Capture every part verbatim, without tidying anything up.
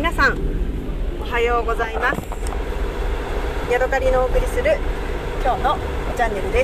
皆さんおはようございます。ヤドカリのお送りする今日のチャンネルです。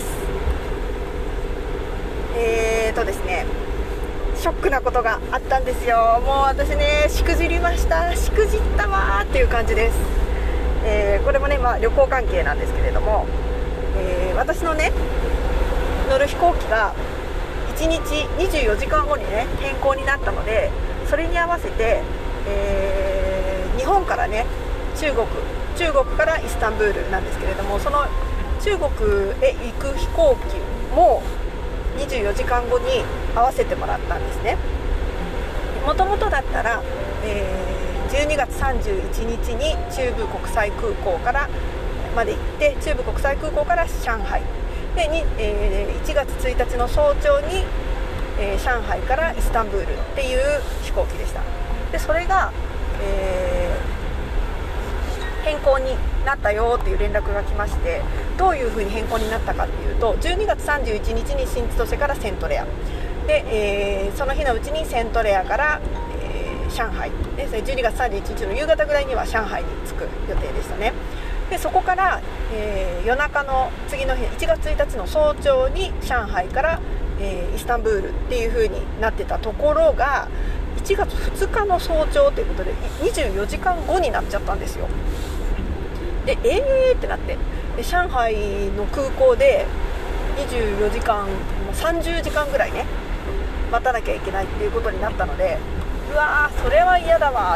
えーとですねショックなことがあったんですよ。もう私ねしくじりました。しくじったわーっていう感じです。えー、これもね、まあ、旅行関係なんですけれども、えー、私のね乗る飛行機がいちにちにじゅうよじかんごにね変更になったので、それに合わせて、えー、日本からね中国中国からイスタンブールなんですけれども、その中国へ行く飛行機もにじゅうよじかんごに合わせてもらったんですね。もともとだったら、えーじゅうにがつさんじゅういちにちに中部国際空港からまで行って、中部国際空港から上海でに、えー、いちがつついたちの早朝に、えー、上海からイスタンブールっていう飛行機でした。でそれが、えー、変更になったよっていう連絡が来まして、どういうふうに変更になったかっていうと、じゅうにがつさんじゅういちにちに新千歳からセントレアで、えー、その日のうちにセントレアから、えー、上海でじゅうにがつさんじゅういちにちの夕方ぐらいには上海に着く予定でしたね。でそこから、えー、夜中の次の日いちがつついたちの早朝に上海から、えー、イスタンブールっていう風になってたところが、いちがつふつかの早朝ということでにじゅうよじかんごになっちゃったんですよ。でえーってなって、で上海の空港でにじゅうよじかんさんじゅうじかんぐらいね待たなきゃいけないっていうことになったので、うわーそれは嫌だわーって、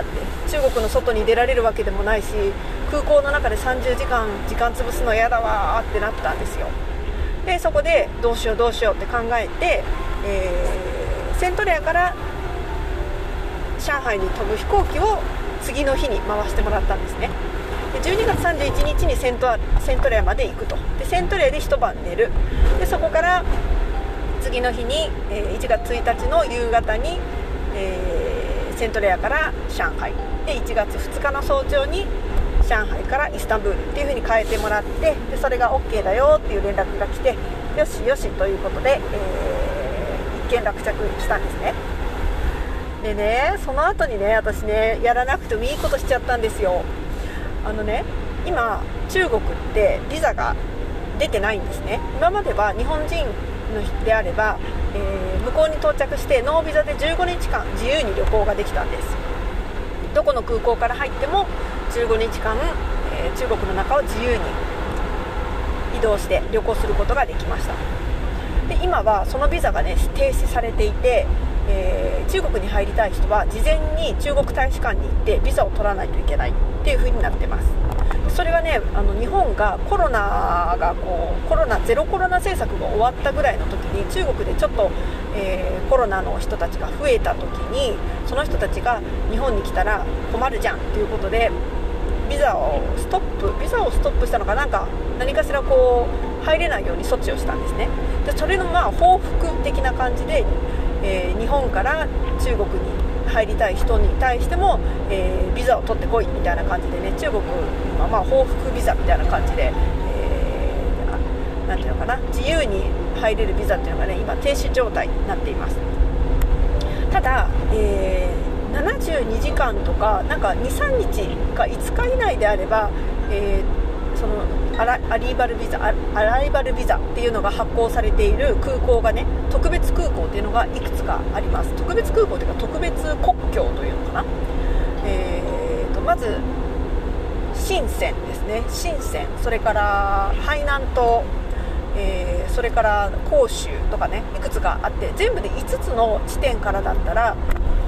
中国の外に出られるわけでもないし、空港の中でさんじゅうじかん時間潰すの嫌だわーってなったんですよ。でそこでどうしようどうしようって考えて、えー、セントレアから上海に飛ぶ飛行機を次の日に回してもらったんですね。でじゅうにがつさんじゅういちにちにセント、セントレアまで行くと。でセントレアで一晩寝る。でそこから次の日に、えー、いちがつついたちの夕方に、えー、セントレアから上海で、いちがつふつかの早朝に上海からイスタンブールっていう風に変えてもらって、でそれが OK だよっていう連絡が来て、よしよしということで、えー、一件落着したんですね。でねその後にね私ねやらなくてもいいことしちゃったんですよ。あのね今中国ってビザが出てないんですね。今までは日本人の人であれば、えー、向こうに到着してノービザでじゅうごにちかん自由に旅行ができたんです。どこの空港から入ってもじゅうごにちかん、えー、中国の中を自由に移動して旅行することができました。で今はそのビザがね停止されていて、えー、中国に入りたい人は事前に中国大使館に行ってビザを取らないといけないっていう風になってます。それがねあの日本がコロナがこうコロナゼロコロナ政策が終わったぐらいの時に、中国でちょっと、えー、コロナの人たちが増えた時に、その人たちが日本に来たら困るじゃんっていうことでビザをストップビザをストップしたのかなんか何かしらこう入れないように措置をしたんですね。でそれのまあ報復的な感じで、えー、日本から中国に入りたい人に対しても、えー、ビザを取ってこいみたいな感じでね、中国はまあ報復ビザみたいな感じで、えー、なんていうのかな、自由に入れるビザっていうのがね今停止状態になっています。ただ、えー、ななじゅうにじかんとかなんか にさんにちかいつか以内であれば、えー、そのアラ、アリーバルビザアライバルビザっていうのが発行されている空港がね、特別空港っていうのがいくつかあります。特別空港というか特別国境というのかな、えー、とまず深センですね。深セン、それから海南島、えー、それから広州とかね、いくつかあって、全部でいつつの地点からだったら、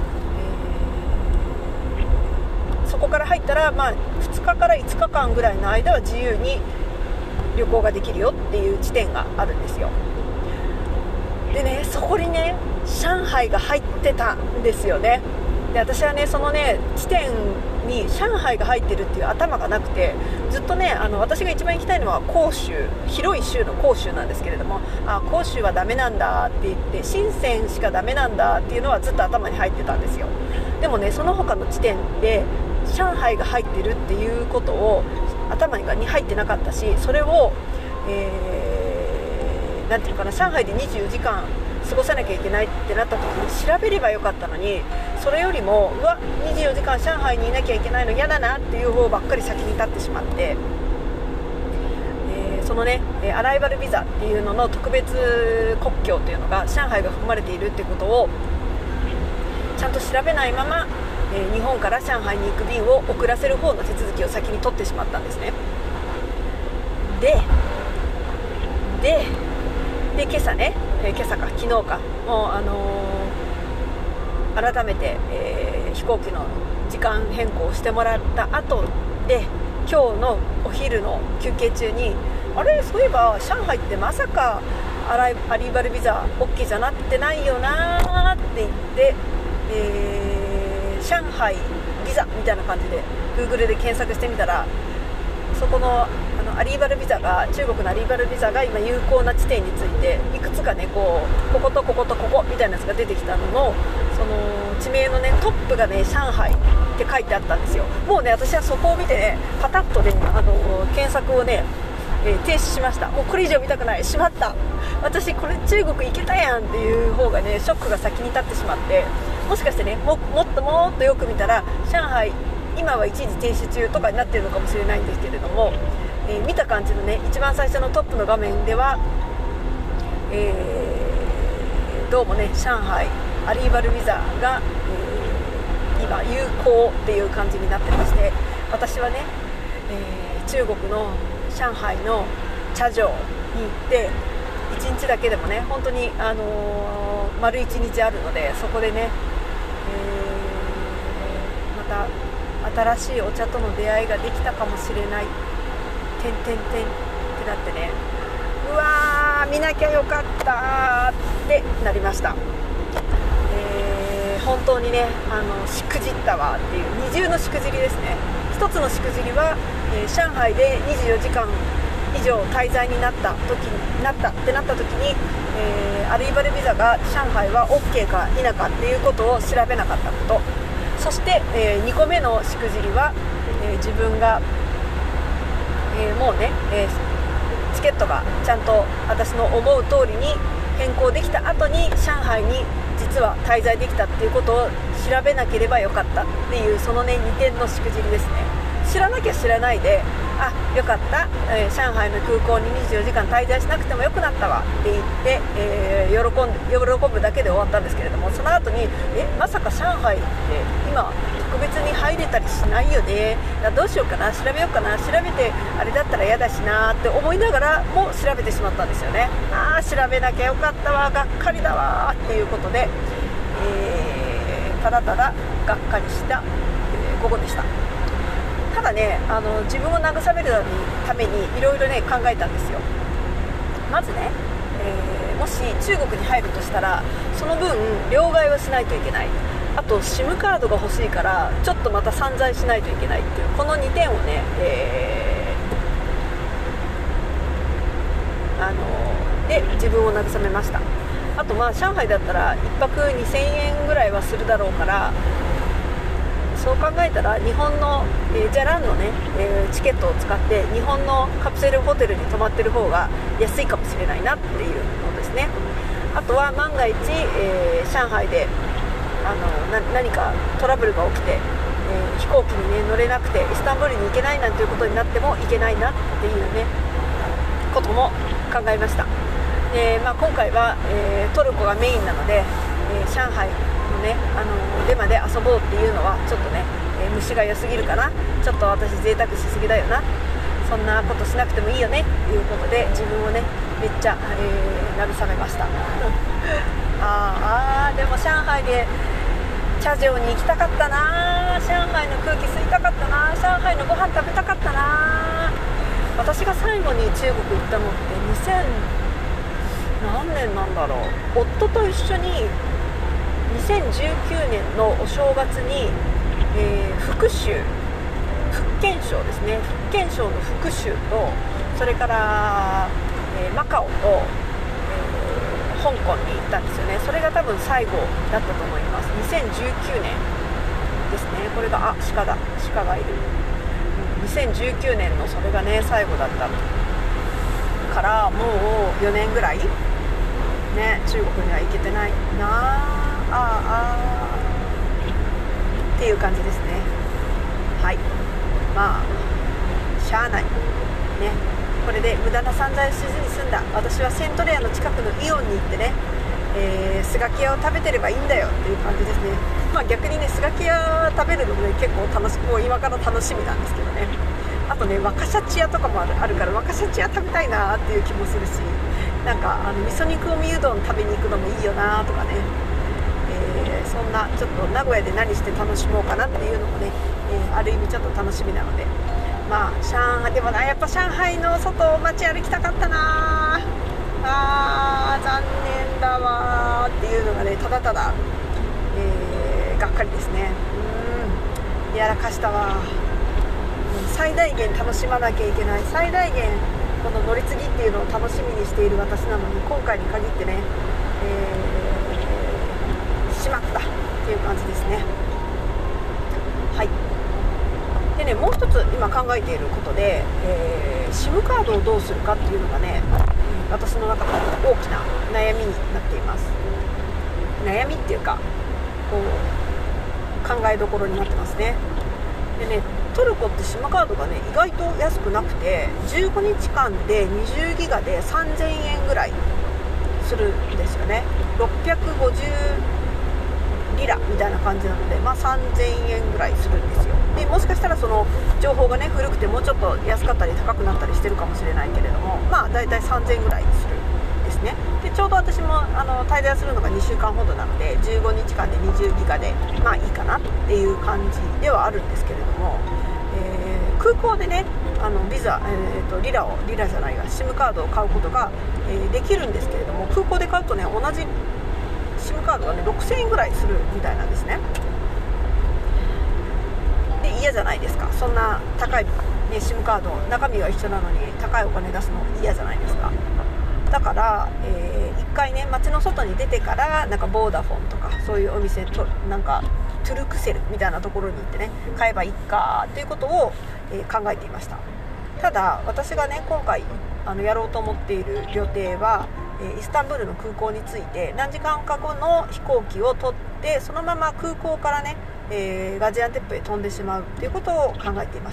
えー、そこから入ったら、まあ、ふつかからいつかかんぐらいの間は自由に旅行ができるよっていう地点があるんですよ。でねそこにね上海が入ってたんですよね。で私はねそのね地点に上海が入ってるっていう頭がなくて、ずっとねあの私が一番行きたいのは広州、広い州の広州なんですけれども、あ広州はダメなんだって言って、深センしかダメなんだっていうのはずっと頭に入ってたんですよ。でもねその他の地点で上海が入ってるっていうことを頭に入ってなかったし、それを、えー、なんていうかな、上海でにじゅうよじかん過ごさなきゃいけないってなった時に調べればよかったのに、それよりもうわにじゅうよじかん上海にいなきゃいけないの嫌だなっていう方ばっかり先に立ってしまって、えー、そのねアライバルビザっていうのの特別国境っていうのが上海が含まれているっていうことをちゃんと調べないまま、えー、日本から上海に行く便を遅らせる方の手続きを先に取ってしまったんですね。ででで今朝ね、えー、今朝か昨日かもう、あのー、改めて、えー、飛行機の時間変更をしてもらった後で、今日のお昼の休憩中にあれそういえば上海ってまさかアライアリーバルビザ OK じゃなってないよなって言って、えー、上海ビザみたいな感じで Google で検索してみたら、そこのあのアリーバルビザが中国のアリーバルビザが今有効な地点についていくつかねこうこことこことここみたいなやつが出てきたのの、その地名のねトップがね上海って書いてあったんですよ。もうね私はそこを見てねパタッとねあの検索をね、えー、停止しました。もうこれ以上見たくない、しまった、私これ中国行けたやんっていう方がねショックが先に立ってしまって、もしかしてね も, もっともっとよく見たら上海今は一時停止中とかになってるのかもしれないんですけれども、えー、見た感じのね一番最初のトップの画面では、えー、どうもね上海アリーバルビザが、えー、今有効っていう感じになってまして、私はね、えー、中国の上海の茶城に行っていちにちだけでもね本当に、あのー、丸いちにちあるので、そこでね、えー、また新しいお茶との出会いができたかもしれないてんてんてんってなってね、うわー見なきゃよかったってなりました。えー、本当にねあのしくじったわっていう二重のしくじりですね。一つのしくじりは、えー、上海でにじゅうよじかん以上滞在になった時になったってなった時に、えー、アリーバルビザが上海は OK か否かっていうことを調べなかったこと、そして、えー、にこめのしくじりは、えー、自分が、えー、もうね、えー、チケットがちゃんと私の思う通りに変更できた後に上海に実は滞在できたっていうことを調べなければよかったっていう、そのねにてんのしくじりですね。知らなきゃ知らないで、あよかった、えー、上海の空港ににじゅうよじかん滞在しなくてもよくなったわって言って、えー、喜んで喜ぶだけで終わったんですけれども、その後にえまさか上海って今特別に入れたりしないよね、どうしようかな調べようかな調べてあれだったら嫌だしなって思いながらも調べてしまったんですよね。あー調べなきゃよかったわ、がっかりだわっていうことで、えー、ただただがっかりした、えー、午後でした。ただねあの自分を慰めるためにいろいろね考えたんですよ。まずね、えー、もし中国に入るとしたらその分両替をしないといけない、あと SIM カードが欲しいからちょっとまた散財しないといけないっていうこのにてんをね、えー、あので自分を慰めました。あとまあ上海だったらいっぱくにせんえんぐらいはするだろうから、そう考えたら日本の、えー、ジャランのね、えー、チケットを使って日本のカプセルホテルに泊まってる方が安いかもしれないなっていうのですね。あとは万が一、えー、上海であのな何かトラブルが起きて、えー、飛行機に、ね、乗れなくてイスタンブールに行けないなんていうことになってもいけないなっていうねことも考えました。で、まあ、今回は、えー、トルコがメインなので、えー、上海のね、あのデマで遊ぼうっていうのはちょっとね、えー、虫が良すぎるかな、ちょっと私贅沢しすぎだよな、そんなことしなくてもいいよねということで自分をねめっちゃ、えー、慰めましたああでも上海で茶城に行きたかったな、上海の空気吸いたかったな、上海のご飯食べたかったな。私が最後に中国行ったのってにせん何年なんだろう、夫と一緒ににせんじゅうきゅうねんのお正月に、えー、福州福建省ですね、福建省の福州とそれから、えー、マカオと、えー、香港に行ったんですよね。それが多分最後だったと思います。にせんじゅうきゅうねんですね。これがあ鹿だ鹿がいる、うん、にせんじゅうきゅうねんのそれがね最後だったからもうよねんぐらいね、中国には行けてないなああーっていう感じですね。はい、まあしゃあないね。これで無駄な散財をせずに済んだ。私はセントレアの近くのイオンに行ってね、えー、スガキ屋を食べてればいいんだよっていう感じですね。まあ逆にね、スガキ屋食べるのもね結構楽しもう今から楽しみなんですけどね。あとね、若シャチ屋とかもある、あるから若シャチ屋食べたいなっていう気もするし、なんかあの味噌煮込みうどん食べに行くのもいいよなとかね、えー、そんなちょっと名古屋で何して楽しもうかなっていうのもね、えー、ある意味ちょっと楽しみなので、まあ上海でもな、やっぱ上海の外街歩きたかったなあー残念だわーっていうのがね、ただただ、えー、がっかりですね。うん、やらかしたわ。最大限楽しまなきゃいけない、最大限この乗り継ぎっていうのを楽しみにしている私なのに、今回に限ってね、えー、しまったっていう感じですね。はい。でね、もう一つ今考えていることで、えー、SIM カードをどうするかっていうのがね、私の中で大きな悩みになっています。悩みっていうか、こう考えどころになってますね。でね、トルコって SIM カードがね意外と安くなくて、じゅうごにちかんでにじゅうギガでさんぜんえんぐらいするんですよね。ろっぴゃくごじゅうリラみたいな感じなので、まあ、さんぜんえんぐらいするんですよ。でもしかしたらその情報がね古くてもうちょっと安かったり高くなったりしてるかもしれないけれども、まあだいたいさんぜんえんぐらいするんですね。でちょうど私もあの滞在するのがにしゅうかんほどなので、じゅうごにちかんでにじゅうギガでまあいいかなっていう感じではあるんですけれども、えー、空港でねあのビザ、えー、とリラをリラじゃないが SIM カードを買うことが、えー、できるんですけれども、空港で買うとね同じ SIM カードがねろくせんえんぐらいするみたいなんですね。で嫌じゃないですか、そんな高い、ね、SIM カード中身は一緒なのに高いお金出すの嫌じゃないですか。だから、えー、いっかいね街の外に出てからなんかボーダフォンとかそういうお店となんかトゥルクセルみたいなところに行ってね買えばいいかっていうことを、えー、考えていました。ただ私がね今回あのやろうと思っている予定は、えー、イスタンブールの空港に着いて何時間か後の飛行機を取ってそのまま空港からね、えー、ガジアンテップへ飛んでしまうっていうことを考えていました。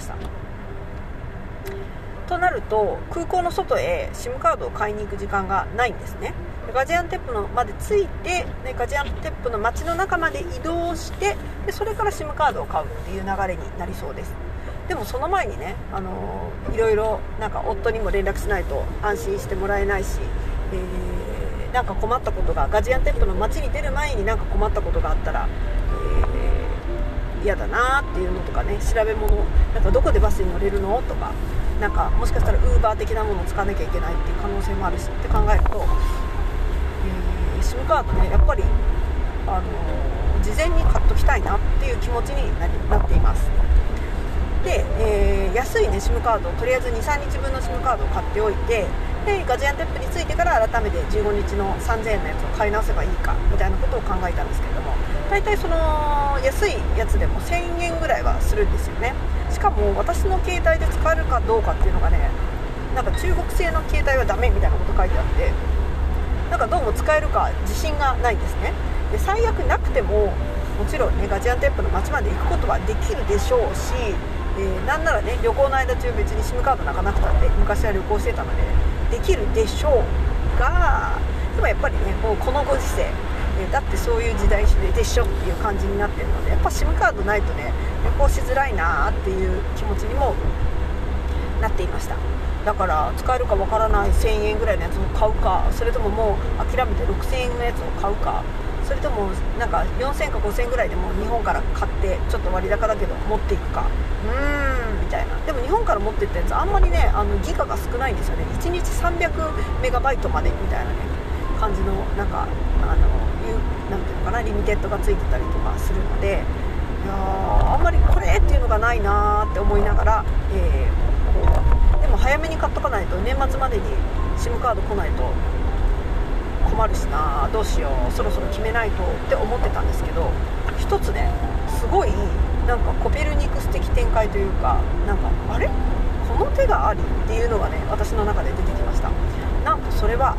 となると空港の外へ SIM カードを買いに行く時間がないんですね。ガジアンテップのまで着いて、ね、ガジアンテップの街の中まで移動してでそれから SIM カードを買うっていう流れになりそうです。でもその前にね、あのー、いろいろなんか夫にも連絡しないと安心してもらえないし、えー、なんか困ったことがガジアンテップの街に出る前になんか困ったことがあったら、えー、嫌だなっていうのとかね、調べ物なんかどこでバスに乗れるのとか、なんかもしかしたらウーバー的なものを使わなきゃいけないっていう可能性もあるしって考えると、えー、SIM カードねやっぱり、あのー、事前に買っときたいなっていう気持ちに な, なっています。で、えー、安いね SIM カードをとりあえず にさんにちぶんの SIM カードを買っておいて、でガジアンテップに着いてから改めてじゅうごにちのさんぜんえんのやつを買い直せばいいかみたいなことを考えたんですけれども、大体その安いやつでもせんえんぐらいはするんですよね。しかも私の携帯で使えるかどうかっていうのがね、なんか中国製の携帯はダメみたいなこと書いてあって、なんかどうも使えるか自信がないんですね。で最悪なくてももちろんねガジアンテップの街まで行くことはできるでしょうし、えー、なんならね旅行の間中別に SIM カードなんかなくたって昔は旅行してたのでできるでしょうが、でもやっぱりねもうこのご時世、えー、だってそういう時代でしょっていう感じになってるので、やっぱ SIM カードないとね旅行しづらいなっていう気持ちにもなっていました。だから使えるかわからないせんえんぐらいのやつを買うか、それとももう諦めてろくせんえんのやつを買うか、それともなんかよんせんかごせんぐらいでも日本から買ってちょっと割高だけど持っていくか、うーんみたいな。でも日本から持っていったやつあんまりねあのギガが少ないんですよね。いちにちさんびゃくメガバイトまでみたいなね感じのなんかあのなんていうのかなリミテッドがついてたりとかするので、いやあんまりこれっていうのがないなーって思いながら、えー、こうでも早めに買っとかないと年末までに SIM カード来ないと困るしな、どうしようそろそろ決めないとって思ってたんですけど、一つねすごいなんかコペルニクス的展開というか、なんかあれこの手がありっていうのがね私の中で出てきました。なんとそれは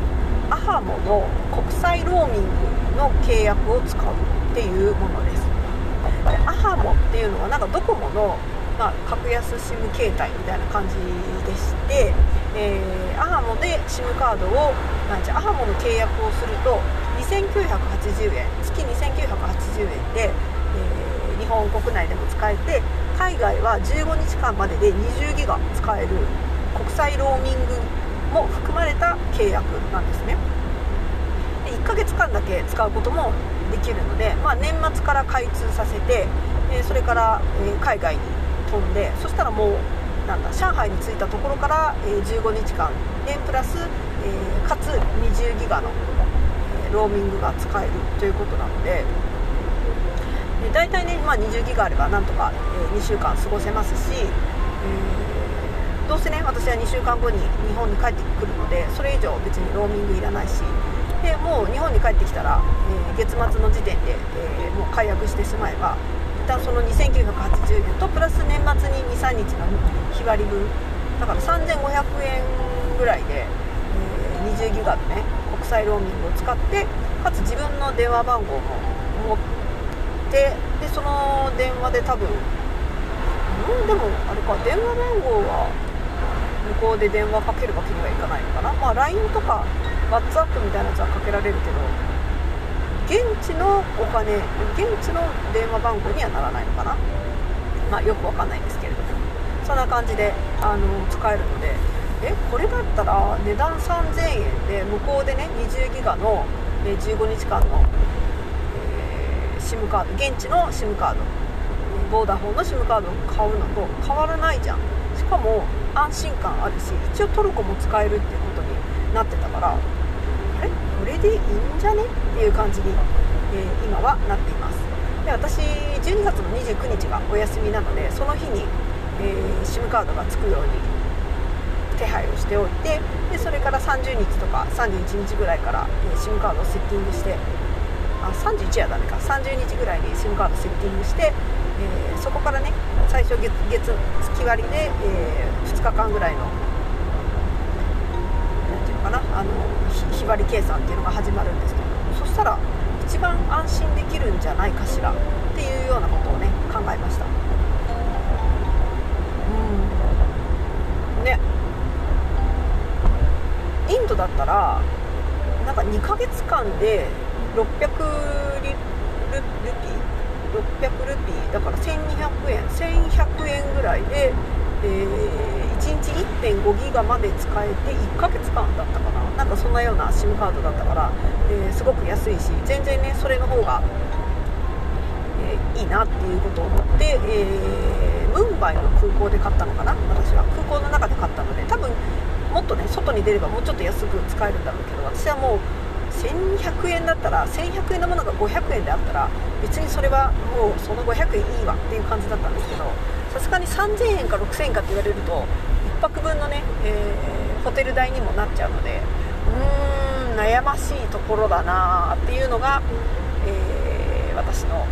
アハモの国際ローミングの契約を使うっていうものです。でアハモっていうのはなんかドコモの、まあ、格安 SIM 携帯みたいな感じでして、えー、アハモで SIM カードをなんじゃアハモの契約をするとにせんきゅうひゃくはちじゅうえん、月にせんきゅうひゃくはちじゅうえんで、えー、日本国内でも使えて、海外はじゅうごにちかんまででにじゅうギガ使える国際ローミングも含まれた契約なんですね。でいっかげつかんだけ使うこともできるので、まあ、年末から開通させて、えー、それから、えー、海外に飛んで、そしたらもうなんだ上海に着いたところから、えー、じゅうごにちかんでプラス、えー、かつにじゅうギガの、えー、ローミングが使えるということなので、えー、大体ね、まあ、にじゅうギガあればなんとか、えー、にしゅうかん過ごせますし、えー、どうせね私はにしゅうかんごに日本に帰ってくるので、それ以上別にローミングいらないし、でもう日本に帰ってきたら、えー、月末の時点で、えー、もう解約してしまえば、一旦そのにせんきゅうひゃくはちじゅうえんとプラス年末にに、さんにちの日割り分だからさんぜんごひゃくえんぐらいで、えー、にじゅうギガのね国際ローミングを使って、かつ自分の電話番号も持って、でその電話で多分うんでもあれか、電話番号は向こうで電話かけるわけにはいかないのかな。まあ ライン とか WhatsApp みたいなやつはかけられるけど、現地のお金、現地の電話番号にはならないのかな。まあよくわかんないんですけれども、そんな感じであの使えるので、えこれだったら値段さんぜんえんで向こうでねにじゅうギガのじゅうごにちかんの、えー、SIM カード、現地の SIM カード、ボーダフォンの SIM カードを買うのと変わらないじゃん。しかも安心感あるし、一応トルコも使えるっていうことになってたから、あれこれでいいんじゃねっていう感じに、えー、今はなっています。で私じゅうにがつのにじゅうくにちがお休みなので、その日に、えー、SIM カードがつくように手配をしておいて、でそれからさんじゅうにちとかさんじゅういちにちぐらいから、えー、SIM カードをセッティングして、あさんじゅういちはダメか、さんじゅうにちぐらいに SIM カードセッティングして、えー、そこからね最初 月, 月月割りで、えー、ふつかかんぐらいのなんていうのかな、あの日割り計算っていうのが始まるんですけど、そしたら一番安心できるんじゃないかしらっていうようなことをね考えました。うんね、インドだったらなんかにかげつかんでろっぴゃくルピーろっぴゃくルピーだからせんにひゃくえんせんひゃくえんぐらいで、えー、いちにち いってんごギガまで使えていっかげつかんだったかな、なんかそんなような SIM カードだったから、えー、すごく安いし、全然ねそれの方が、えー、いいなっていうことを思って、えー、ムンバイの空港で買ったのかな。私は空港の中で買ったので、多分もっとね外に出ればもうちょっと安く使えるんだろうけど、私はもうせんにひゃくえんだったら、せんひゃくえんのものがごひゃくえんであったら別にそれはもうそのごひゃくえんいいわっていう感じだったんですけど、さすがにさんぜんえんかろくせんえんかって言われるといっぱくぶんのね、えー、ホテル代にもなっちゃうので、うーん悩ましいところだなっていうのが、えー、私の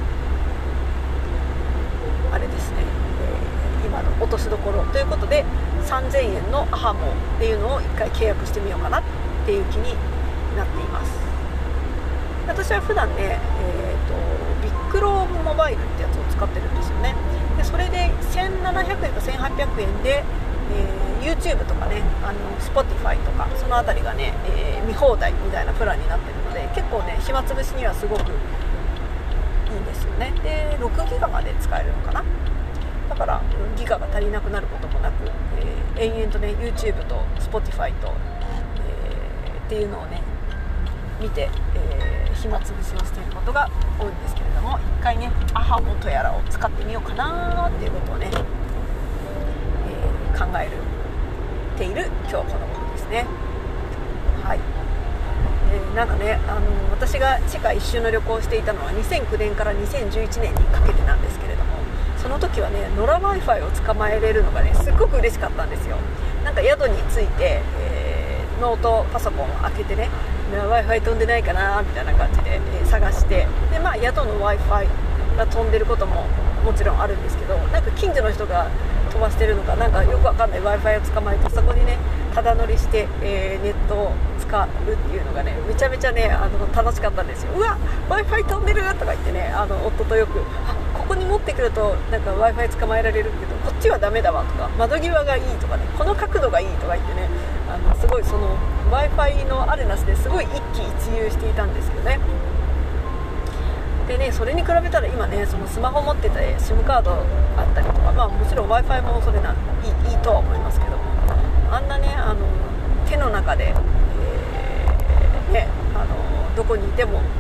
あれですね、えー、今の落としどころということで、さんぜんえんのアハモっていうのをいっかい契約してみようかなっていう気になっています。私は普段ね、えーと、ビックローブモバイルってやつを使ってるんですよね。でそれでせんななひゃくえんかせんはっぴゃくえんで、えー、YouTube とかね、あの Spotify とかそのあたりがね、えー、見放題みたいなプランになってるので、結構ね暇つぶしにはすごくいいんですよね。でろくギガまで使えるのかな。だからギガが足りなくなることもなく、えー、延々とね YouTube と Spotify と、えー、っていうのをね見て、えー、暇つぶしをしていることが多いんですけれども、一回ねアハモとやらを使ってみようかなっていうことをね、えー、考えている今日この頃ですね。はい、えー、なんかね、あの私が世界一周の旅行をしていたのはにせんきゅうねんからにせんじゅういちねんにかけてなんですけれども、その時はねノラ Wi-Fi を捕まえれるのがねすっごく嬉しかったんですよ。なんか宿に着いて、えー、ノートパソコンを開けてね Wi-Fi 飛んでないかなみたいな感じで、えー、探して、で、まあ、宿の Wi-Fi が飛んでることももちろんあるんですけど、なんか近所の人が飛ばしてるのかなんかよくわかんない Wi-Fi を捕まえて、そこにねただ乗りして、えー、ネットを使うっていうのがねめちゃめちゃねあの楽しかったんですよ。うわ Wi-Fi 飛んでるとか言ってねあの夫とよくあここに持ってくるとなんか Wi-Fi 捕まえられるけどこっちはダメだわとか窓際がいいとかねこの角度がいいとか言ってねあのすごいその Wi-Fi のあるなしですごい一喜一憂していたんですよね。でね、それに比べたら今ねそのスマホ持ってて SIM カードあったりとか、まあ、もちろん Wi-Fi もそれないい、いいとは思いますけどもあんなねあの手の中で、えーね、あのどこにいても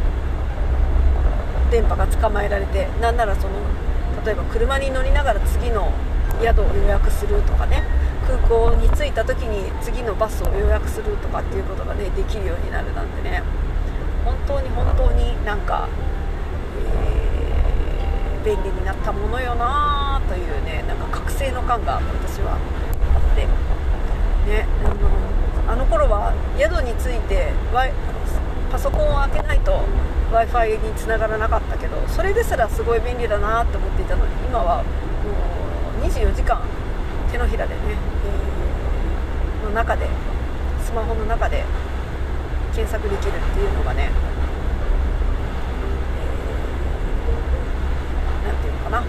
電波が捕まえられてなんならその例えば車に乗りながら次の宿を予約するとかね空港に着いた時に次のバスを予約するとかっていうことがねできるようになるなんてね本当に本当になんかえー、便利になったものよなというねなんか覚醒の感が私はあってねあの、あの頃は宿に着いてパソコンを開けないと Wi-Fi に繋がらなかったけどそれですらすごい便利だなって思っていたのに今はもうにじゅうよじかん手のひらでね、えー、の中でスマホの中で検索できるっていうのがねな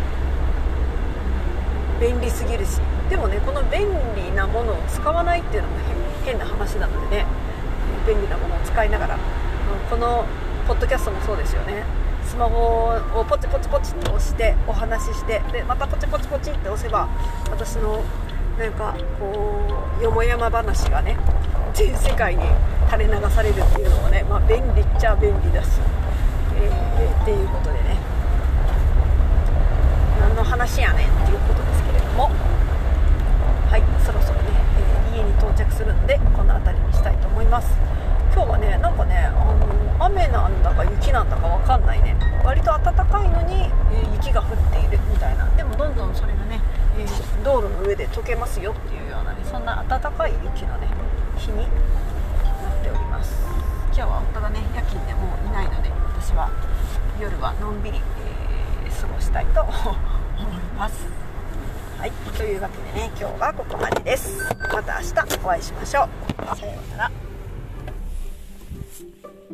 便利すぎるしでもねこの便利なものを使わないっていうのも変な話なのでね便利なものを使いながらこのポッドキャストもそうですよねスマホをポチポチポチって押してお話ししてでまたポチポチポチって押せば私のなんかこうよもやま話がね全世界に垂れ流されるっていうのもね、まあ、便利っちゃ便利だし、えー、っていうことでね何の話やねんっていうことですけれどもはいそろそろね、えー、家に到着するんでこの辺りにしたいと思います。今日はねなんかねあの雨なんだか雪なんだかわかんないね割と暖かいのに、えー、雪が降っているみたいなでもどんどんそれがね、えー、道路の上で溶けますよっていうようなねそんな暖かい雪のね日になっております。今日は夫がね夜勤でもういないので私は夜はのんびり、えー、過ごしたいと思います。はい、というわけでね今日はここまでです。また明日お会いしましょう。さようなら。